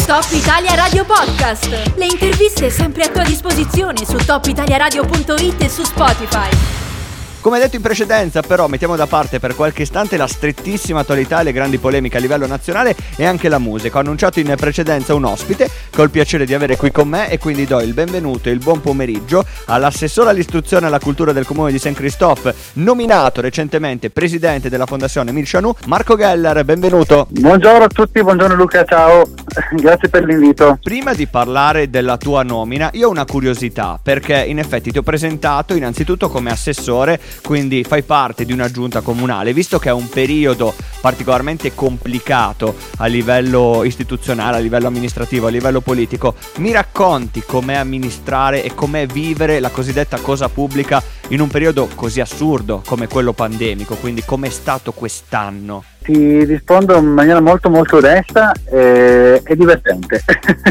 Top Italia Radio Podcast. Le interviste sempre a tua disposizione su topitaliaradio.it e su Spotify. Come detto in precedenza, però, mettiamo da parte per qualche istante la strettissima attualità e le grandi polemiche a livello nazionale e anche la musica. Ho annunciato in precedenza un ospite che ho il piacere di avere qui con me e quindi do il benvenuto e il buon pomeriggio all'assessore all'istruzione e alla cultura del comune di Saint Christophe, nominato recentemente presidente della fondazione Émile Chanoux, Marco Geller. Benvenuto. Buongiorno a tutti, buongiorno Luca, ciao, grazie per l'invito. Prima di parlare della tua nomina, io ho una curiosità, perché in effetti ti ho presentato innanzitutto come assessore, quindi fai parte di una giunta comunale. Visto che è un periodo particolarmente complicato a livello istituzionale, a livello amministrativo, a livello politico, mi racconti com'è amministrare e com'è vivere la cosiddetta cosa pubblica in un periodo così assurdo come quello pandemico, quindi com'è stato quest'anno? Ti rispondo in maniera molto molto onesta e divertente.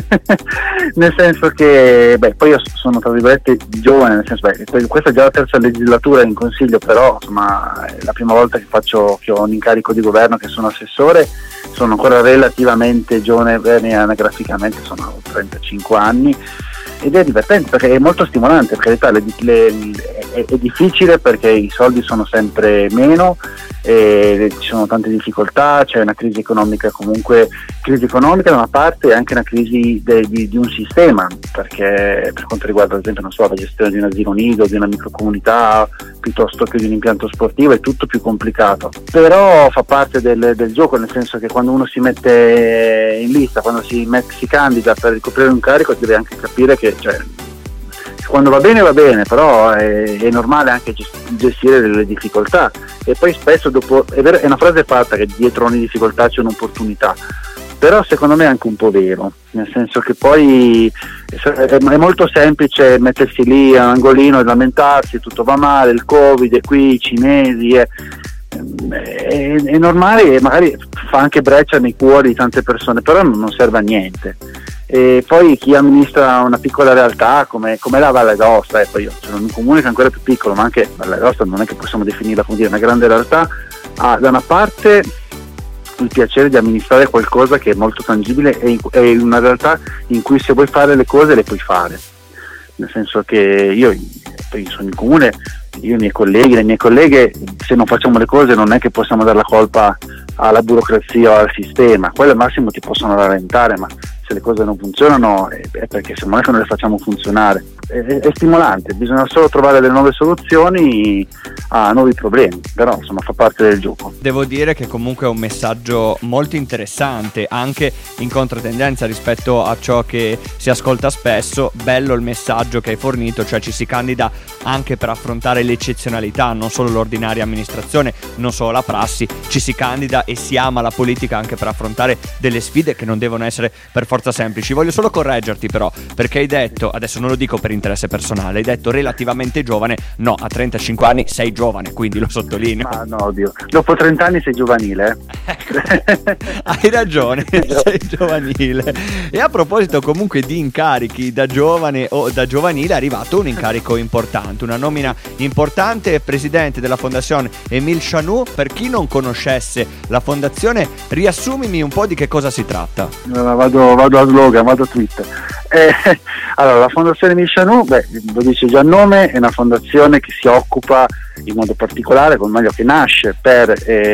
Nel senso che poi io sono tra virgolette giovane, nel senso questa è già la terza legislatura in consiglio, però insomma è la prima volta che ho un incarico di governo, che sono assessore. Sono ancora relativamente giovane anagraficamente, sono 35 anni, ed è divertente perché è molto stimolante. Per carità è difficile perché i soldi sono sempre meno, ci sono tante difficoltà, c'è una crisi economica, comunque crisi economica da una parte e anche una crisi di un sistema, perché per quanto riguarda ad esempio la gestione di un asilo nido, di una microcomunità piuttosto che di un impianto sportivo, è tutto più complicato, però fa parte del gioco, nel senso che quando uno si mette in lista, quando si candida per ricoprire un carico, deve anche capire che quando va bene, però è normale anche gestire delle difficoltà, e poi spesso dopo è una frase fatta che dietro ogni difficoltà c'è un'opportunità, però secondo me è anche un po' vero, nel senso che poi è molto semplice mettersi lì a un angolino e lamentarsi, tutto va male, il Covid è qui, i cinesi, è normale, e magari fa anche breccia nei cuori di tante persone, però non serve a niente. E poi chi amministra una piccola realtà come la Valle d'Aosta, poi io sono in un comune che è ancora più piccolo, ma anche Valle d'Aosta non è che possiamo definirla come dire una grande realtà, ha da una parte il piacere di amministrare qualcosa che è molto tangibile e è una realtà in cui se vuoi fare le cose le puoi fare, nel senso che io sono in comune, io e i miei colleghi, le mie colleghe, se non facciamo le cose non è che possiamo dare la colpa alla burocrazia o al sistema, quello al massimo ti possono rallentare, ma se le cose non funzionano è perché se non è che non le facciamo funzionare. È stimolante, bisogna solo trovare delle nuove soluzioni a nuovi problemi, però insomma fa parte del gioco. Devo dire che comunque è un messaggio molto interessante, anche in controtendenza rispetto a ciò che si ascolta spesso. Bello il messaggio che hai fornito, cioè ci si candida anche per affrontare l'eccezionalità, non solo l'ordinaria amministrazione, non solo la prassi, ci si candida e si ama la politica anche per affrontare delle sfide che non devono essere per forza semplici. Voglio solo correggerti però, perché hai detto, adesso non lo dico per interesse personale, hai detto relativamente giovane. No, a 35 anni sei giovane, quindi lo sottolineo. Ma no, Dio, dopo 30 anni sei giovanile, Hai ragione, sei giovanile. E a proposito comunque di incarichi da giovane o da giovanile, è arrivato un incarico importante, una nomina importante, presidente della fondazione Émile Chanoux. Per chi non conoscesse la fondazione, riassumimi un po' di che cosa si tratta. Vado a slogan, vado a Twitter. Allora, la fondazione Émile Chanoux, lo dice già il nome, è una fondazione che si occupa in modo particolare, o meglio che nasce per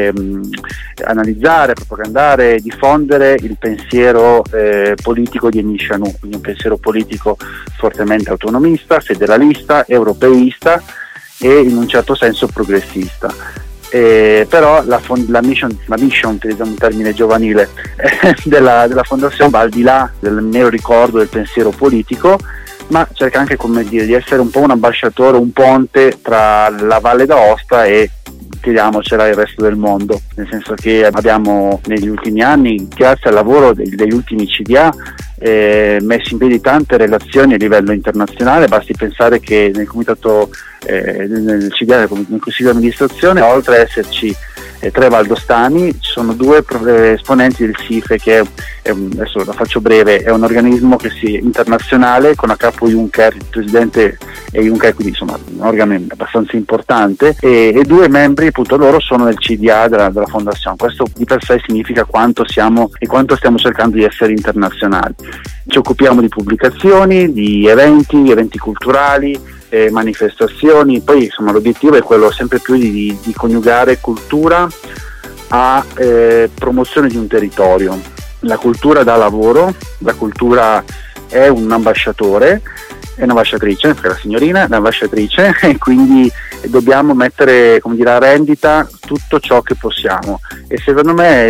analizzare, propagandare e diffondere il pensiero politico di Émile Chanoux, quindi un pensiero politico fortemente autonomista, federalista, europeista e in un certo senso progressista. Però la mission, utilizziamo un termine giovanile, della fondazione va al di là del mero ricordo del pensiero politico, ma cerca anche, come dire, di essere un po' un ambasciatore, un ponte tra la Valle d'Aosta e, tiriamocela, il resto del mondo, nel senso che abbiamo negli ultimi anni, grazie al lavoro degli ultimi CDA, messo in piedi tante relazioni a livello internazionale. Basti pensare che nel comitato nel CDA, nel consiglio di amministrazione, oltre ad esserci 3 valdostani, ci sono 2 esponenti del SIFE, che adesso la faccio breve, è un organismo internazionale con a capo Juncker, il presidente è Juncker, quindi insomma un organo abbastanza importante, e 2 membri appunto loro sono nel CDA della Fondazione. Questo di per sé significa quanto siamo e quanto stiamo cercando di essere internazionali. Ci occupiamo di pubblicazioni, di eventi culturali, manifestazioni, poi insomma l'obiettivo è quello sempre più di coniugare cultura a promozione di un territorio. La cultura dà lavoro, la cultura è un ambasciatore, è un'ambasciatrice, perché la signorina è un'ambasciatrice, e quindi dobbiamo mettere, come dire, a rendita tutto ciò che possiamo. E secondo me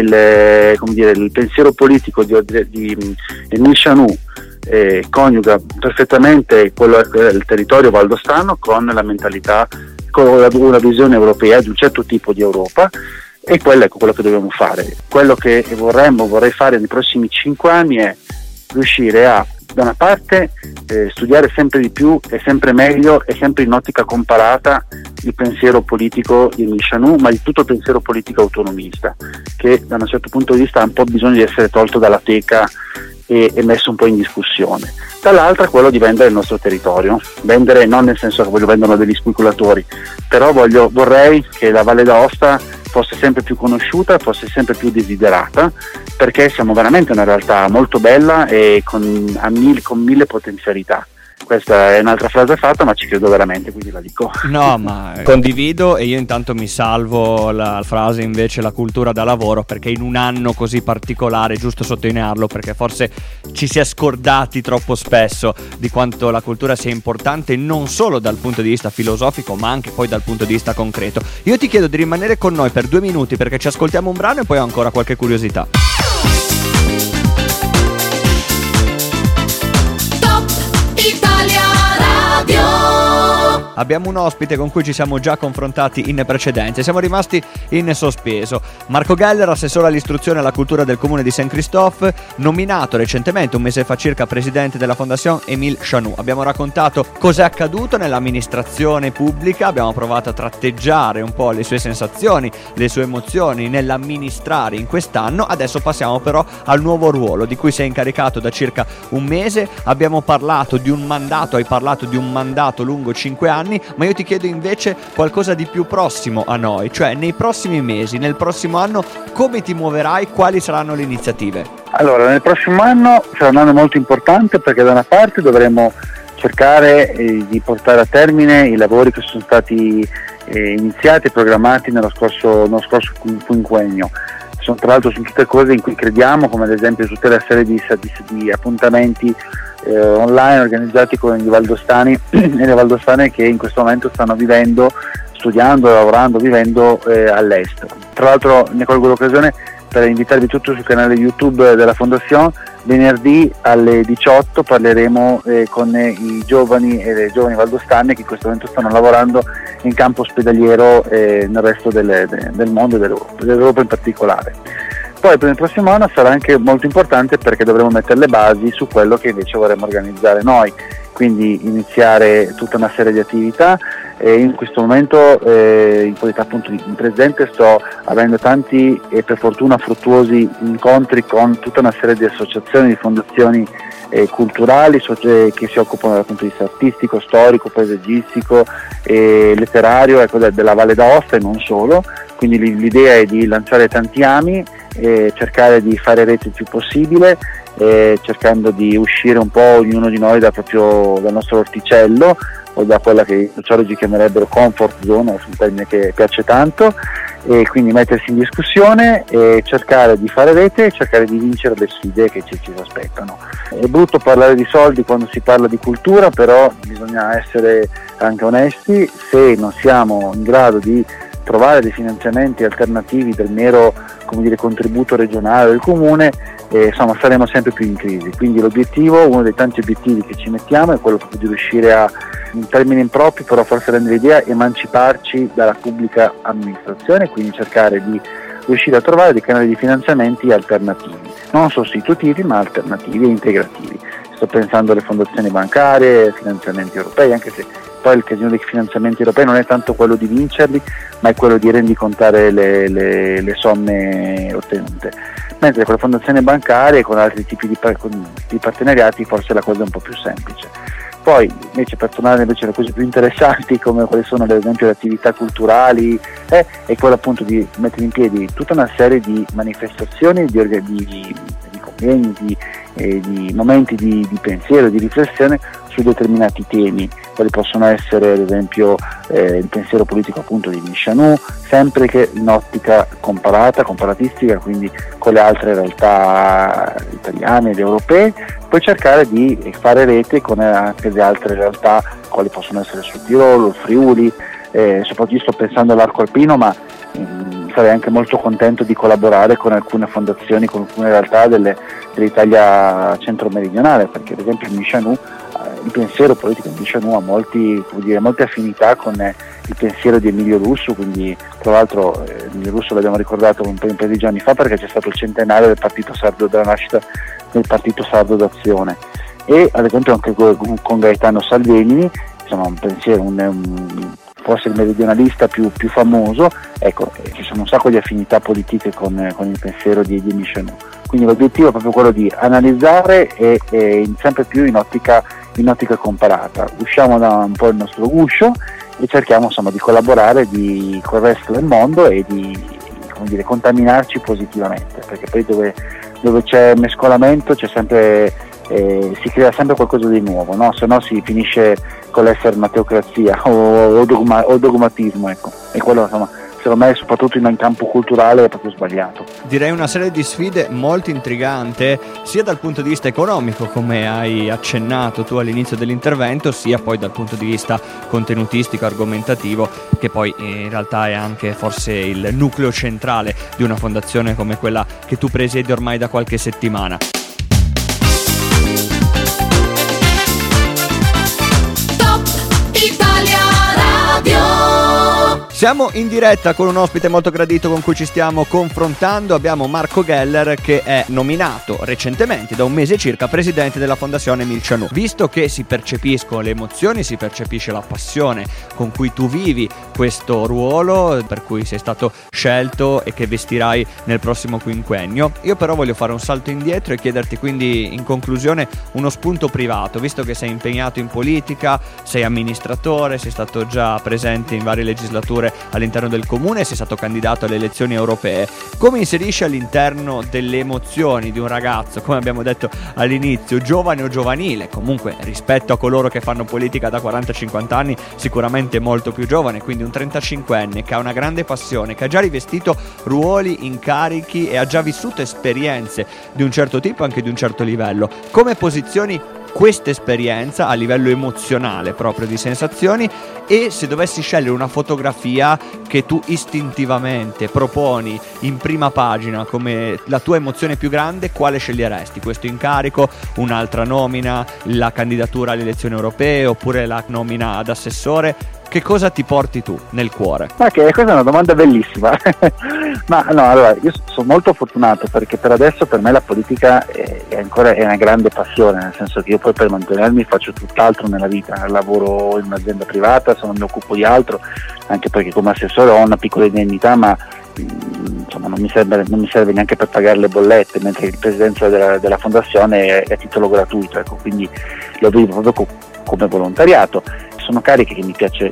il pensiero politico di Émile Chanou coniuga perfettamente il territorio valdostano con la mentalità, con una visione europea di un certo tipo di Europa, e quello è quello che dobbiamo fare. Quello che vorrei fare nei prossimi 5 anni è riuscire a, da una parte, studiare sempre di più e sempre meglio e sempre in ottica comparata il pensiero politico di Émile Chanou, ma di tutto il pensiero politico autonomista, che da un certo punto di vista ha un po' bisogno di essere tolto dalla teca e messo un po' in discussione. Dall'altra quello di vendere il nostro territorio, vendere non nel senso che voglio venderlo degli speculatori, però vorrei che la Valle d'Aosta fosse sempre più conosciuta, fosse sempre più desiderata, perché siamo veramente una realtà molto bella e con 1000 potenzialità. Questa è un'altra frase fatta, ma ci credo veramente, quindi la dico. No, ma condivido, e io intanto mi salvo la frase invece la cultura da lavoro, perché in un anno così particolare è giusto sottolinearlo, perché forse ci si è scordati troppo spesso di quanto la cultura sia importante non solo dal punto di vista filosofico, ma anche poi dal punto di vista concreto. Io ti chiedo di rimanere con noi per 2 minuti, perché ci ascoltiamo un brano e poi ho ancora qualche curiosità. Abbiamo un ospite con cui ci siamo già confrontati in precedenza, siamo rimasti in sospeso. Marco Geller, assessore all'istruzione e alla cultura del comune di Saint-Christophe, nominato recentemente, un mese fa circa, presidente della Fondazione Émile Chanou. Abbiamo raccontato cos'è accaduto nell'amministrazione pubblica, abbiamo provato a tratteggiare un po' le sue sensazioni, le sue emozioni nell'amministrare in quest'anno. Adesso passiamo però al nuovo ruolo di cui sei incaricato da circa un mese. Abbiamo parlato di un mandato, hai parlato di un mandato lungo 5 anni, ma io ti chiedo invece qualcosa di più prossimo a noi, cioè nei prossimi mesi, nel prossimo anno, come ti muoverai, quali saranno le iniziative? Allora, nel prossimo anno sarà un anno molto importante, perché da una parte dovremo cercare di portare a termine i lavori che sono stati iniziati e programmati nello scorso quinquennio. Tra l'altro sono tutte cose in cui crediamo, come ad esempio tutta la serie di appuntamenti online organizzati con i valdostani e le valdostane che in questo momento stanno studiando, lavorando, vivendo all'estero. Tra l'altro ne colgo l'occasione per invitarvi tutti sul canale YouTube della Fondazione. Venerdì alle 18 parleremo con i giovani e le giovani valdostane che in questo momento stanno lavorando in campo ospedaliero nel resto del mondo e dell'Europa in particolare. Poi per il prossimo anno sarà anche molto importante, perché dovremo mettere le basi su quello che invece vorremmo organizzare noi, quindi iniziare tutta una serie di attività. In questo momento in qualità appunto di presidente sto avendo tanti e per fortuna fruttuosi incontri con tutta una serie di associazioni, di fondazioni culturali che si occupano dal punto di vista artistico, storico, paesaggistico e letterario, della Valle d'Aosta e non solo. Quindi l'idea è di lanciare tanti ami, cercare di fare rete il più possibile, cercando di uscire un po' ognuno di noi dal nostro orticello, o da quella che i sociologi chiamerebbero comfort zone, un termine che piace tanto, e quindi mettersi in discussione e cercare di fare rete e cercare di vincere le sfide che ci aspettano. È brutto parlare di soldi quando si parla di cultura, però bisogna essere anche onesti. Se non siamo in grado di trovare dei finanziamenti alternativi del mero contributo regionale del comune, saremo sempre più in crisi. Quindi uno dei tanti obiettivi che ci mettiamo è quello di riuscire a, in termini impropri, però forse rendere l'idea, emanciparci dalla pubblica amministrazione, quindi cercare di riuscire a trovare dei canali di finanziamenti alternativi, non sostitutivi ma alternativi e integrativi. Sto pensando alle fondazioni bancarie, finanziamenti europei, anche se poi il casino dei finanziamenti europei non è tanto quello di vincerli, ma è quello di rendicontare le somme ottenute, mentre con le fondazioni bancarie e con altri tipi di partenariati forse la cosa è un po' più semplice. Poi invece, per tornare invece alle cose più interessanti, come quali sono ad esempio le attività culturali, è quello appunto di mettere in piedi tutta una serie di manifestazioni, di convegni, di momenti di pensiero, di riflessione su determinati temi, quali possono essere ad esempio il pensiero politico appunto di Michanou, sempre che in ottica comparatistica, quindi con le altre realtà italiane ed europee, poi cercare di fare rete con anche le altre realtà, quali possono essere sul Tirolo, il Friuli, soprattutto sto pensando all'arco alpino, ma sarei anche molto contento di collaborare con alcune fondazioni, con alcune realtà dell'Italia centro-meridionale, perché ad esempio il pensiero politico di Michanou ha molte affinità con il pensiero di Emilio Russo, quindi tra l'altro Emilio Russo l'abbiamo ricordato un paio di giorni fa perché c'è stato il centenario del partito sardo, della nascita del partito sardo d'azione, e ad esempio anche con Gaetano Salvemini, insomma un pensiero, forse il meridionalista più famoso, ecco, ci sono un sacco di affinità politiche con il pensiero di Michanou. Quindi l'obiettivo è proprio quello di analizzare e sempre più in ottica comparata. Usciamo da un po' il nostro guscio e cerchiamo insomma di collaborare col resto del mondo e di contaminarci positivamente, perché poi dove c'è mescolamento c'è sempre si crea sempre qualcosa di nuovo, no? Se no si finisce con l'essere una teocrazia o dogmatismo, ecco. E quello insomma, secondo me, soprattutto in campo culturale, è proprio sbagliato. Direi una serie di sfide molto intrigante, sia dal punto di vista economico, come hai accennato tu all'inizio dell'intervento, sia poi dal punto di vista contenutistico, argomentativo, che poi in realtà è anche forse il nucleo centrale di una fondazione come quella che tu presiedi ormai da qualche settimana. Siamo in diretta con un ospite molto gradito con cui ci stiamo confrontando. Abbiamo Marco Geller, che è nominato recentemente, da un mese circa, presidente della Fondazione Michanou. Visto che si percepiscono le emozioni, si percepisce la passione con cui tu vivi questo ruolo, per cui sei stato scelto e che vestirai nel prossimo quinquennio, io però voglio fare un salto indietro e chiederti quindi in conclusione uno spunto privato, visto che sei impegnato in politica, sei amministratore, sei stato già presente in varie legislature all'interno del comune, sei stato candidato alle elezioni europee. Come inserisci all'interno delle emozioni di un ragazzo, come abbiamo detto all'inizio, giovane o giovanile, comunque rispetto a coloro che fanno politica da 40-50 anni, sicuramente molto più giovane, quindi un 35enne che ha una grande passione, che ha già rivestito ruoli, incarichi e ha già vissuto esperienze di un certo tipo, anche di un certo livello. Come posizioni questa esperienza a livello emozionale, proprio di sensazioni, e se dovessi scegliere una fotografia che tu istintivamente proponi in prima pagina come la tua emozione più grande, quale sceglieresti? Questo incarico, un'altra nomina, la candidatura alle elezioni europee oppure la nomina ad assessore? Che cosa ti porti tu nel cuore? Ok, questa è una domanda bellissima. Ma no, allora, io sono molto fortunato perché per adesso per me la politica è una grande passione, nel senso che io poi per mantenermi faccio tutt'altro nella vita, lavoro in un'azienda privata, se non mi occupo di altro, anche perché come assessore ho una piccola indennità, ma insomma non mi serve neanche per pagare le bollette, mentre il presidenza della fondazione è a titolo gratuito, ecco, quindi lo vivo proprio come volontariato. Sono cariche che mi piace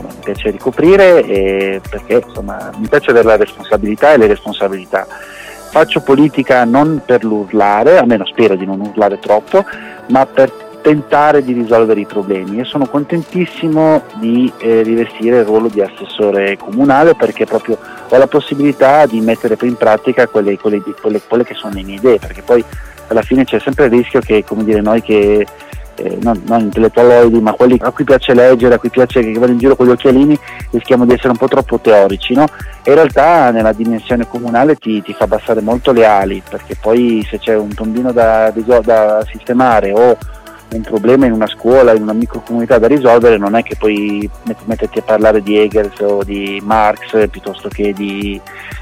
ricoprire, perché insomma mi piace avere la responsabilità e le responsabilità. Faccio politica non per l'urlare, almeno spero di non urlare troppo, ma per tentare di risolvere i problemi, e sono contentissimo di rivestire il ruolo di assessore comunale, perché proprio ho la possibilità di mettere in pratica quelle che sono le mie idee, perché poi alla fine c'è sempre il rischio che, come dire, noi che non intellettualoidi, ma quelli a cui piace leggere, a cui piace che vanno in giro con gli occhialini, rischiamo di essere un po' troppo teorici, no? E in realtà nella dimensione comunale ti fa abbassare molto le ali, perché poi se c'è un tombino da sistemare o un problema in una scuola, in una microcomunità da risolvere, non è che poi metterti a parlare di Hegel o di Marx piuttosto che di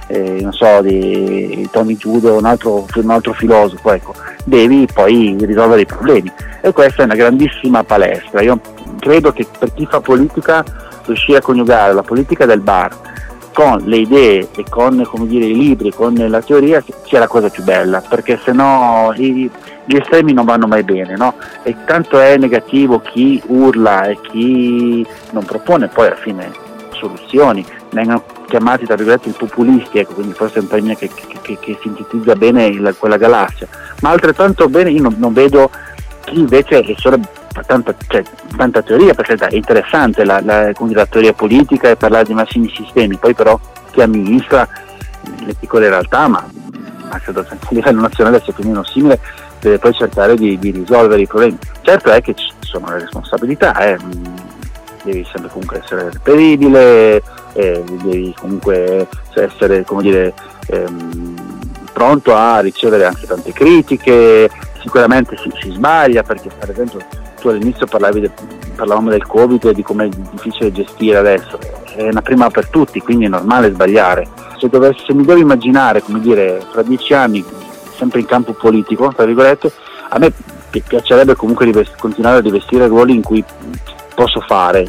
di Tony Judo, un altro filosofo, ecco. Devi poi risolvere i problemi, e questa è una grandissima palestra. Io credo che per chi fa politica riuscire a coniugare la politica del bar con le idee e con, come dire, i libri, con la teoria, sia la cosa più bella, perché sennò gli estremi non vanno mai bene, no? E tanto è negativo chi urla e chi non propone poi alla fine soluzioni. Vengono chiamati tra virgolette i populisti, ecco, quindi forse è un termine che sintetizza bene quella galassia, ma altrettanto bene io non vedo chi invece è solo tanta teoria, perché è interessante la teoria politica e parlare di massimi sistemi, poi però chi amministra le piccole realtà, ma credo che a livello nazionale sia più o meno simile, deve poi cercare di risolvere i problemi. Certo è che ci sono le responsabilità, devi sempre comunque essere reperibile, devi comunque essere, come dire, pronto a ricevere anche tante critiche. Sicuramente si sbaglia, perché per esempio tu all'inizio parlavamo del Covid e di come è difficile gestire adesso, è una prima per tutti, quindi è normale sbagliare. Se mi devo immaginare, come dire, fra 10 anni sempre in campo politico, tra virgolette, a me piacerebbe comunque continuare a rivestire ruoli in cui posso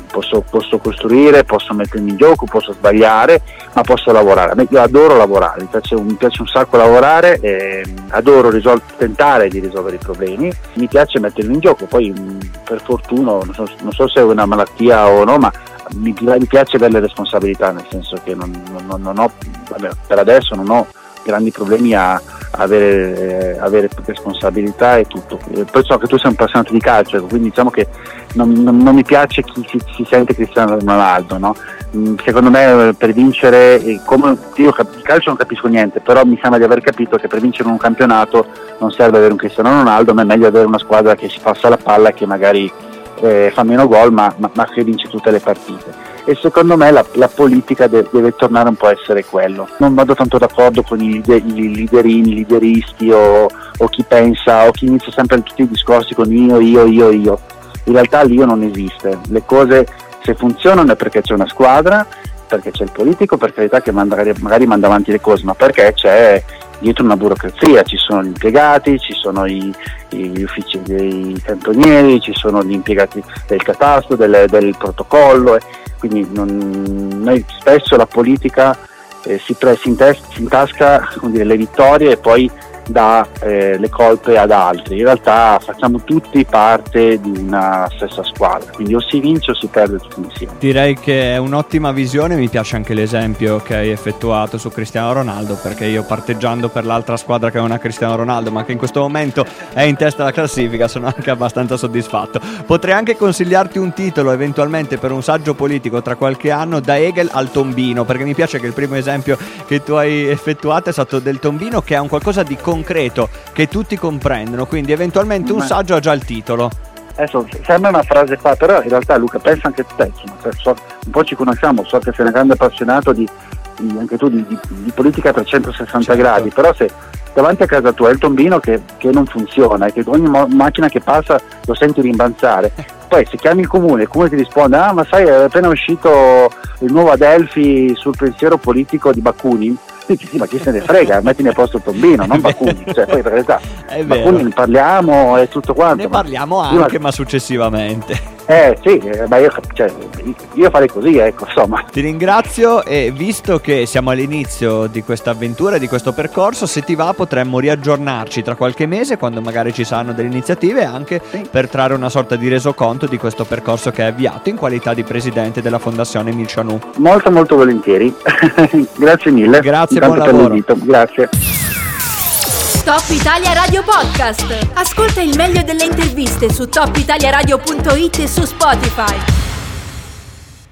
costruire, posso mettermi in gioco, posso sbagliare, ma posso lavorare. Io adoro lavorare, mi piace un sacco lavorare, adoro tentare di risolvere i problemi, mi piace mettermi in gioco. Poi per fortuna, non so se è una malattia o no, ma mi piace avere le responsabilità, nel senso che non ho, per adesso non ho grandi problemi a avere responsabilità e tutto. Poi so che tu sei un appassionato di calcio, quindi diciamo che non mi piace chi si sente Cristiano Ronaldo, no? Secondo me per vincere, come io il calcio non capisco niente, però mi sembra di aver capito che per vincere un campionato non serve avere un Cristiano Ronaldo, ma è meglio avere una squadra che si passa la palla e che magari fa meno gol, ma che vince tutte le partite. E secondo me la politica deve tornare un po' a essere quello. Non vado tanto d'accordo con i lideristi o chi pensa, o chi inizia sempre tutti i discorsi con io. In realtà l'io non esiste. Le cose, se funzionano, è perché c'è una squadra, perché c'è il politico, per carità, che magari manda avanti le cose, ma perché c'è dietro una burocrazia, ci sono gli impiegati, ci sono gli uffici dei cantonieri, ci sono gli impiegati del catasto, del protocollo, quindi noi spesso la politica si intasca, come dire, le vittorie e poi dà le colpe ad altri. In realtà facciamo tutti parte di una stessa squadra, quindi o si vince o si perde tutti insieme. Direi che è un'ottima visione. Mi piace anche l'esempio che hai effettuato su Cristiano Ronaldo, perché io, parteggiando per l'altra squadra che non ha Cristiano Ronaldo ma che in questo momento è in testa alla classifica, sono anche abbastanza soddisfatto. Potrei anche consigliarti un titolo eventualmente per un saggio politico tra qualche anno, Da Hegel al tombino, perché mi piace che il primo esempio che tu hai effettuato è stato del tombino, che è un qualcosa di concreto che tutti comprendono, quindi eventualmente un saggio ha già il titolo. Adesso sembra una frase qua, però in realtà, Luca, pensa anche te, insomma, un po' ci conosciamo, so che sei un grande appassionato anche tu di politica a 360 certo. gradi, però se davanti a casa tua hai il tombino che non funziona e che ogni macchina che passa lo senti rimbalzare, poi se chiami il comune ti risponde: ah, ma sai, è appena uscito il nuovo Adelphi sul pensiero politico di Bakunin. Sì, ma chi se ne frega, mettimi a posto il tombino, non Bakunin, cioè poi per realtà Bakunin ne parliamo e tutto quanto. Ne parliamo anche, ma successivamente. Sì, ma io farei così, ecco, insomma. Ti ringrazio, e visto che siamo all'inizio di questa avventura, di questo percorso, se ti va potremmo riaggiornarci tra qualche mese, quando magari ci saranno delle iniziative, anche per trarre una sorta di resoconto di questo percorso che hai avviato in qualità di presidente della Fondazione Émile Chanoux. Molto molto volentieri. Grazie mille. Grazie, buon lavoro. Grazie. Top Italia Radio Podcast. Ascolta il meglio delle interviste su topitaliaradio.it e su Spotify.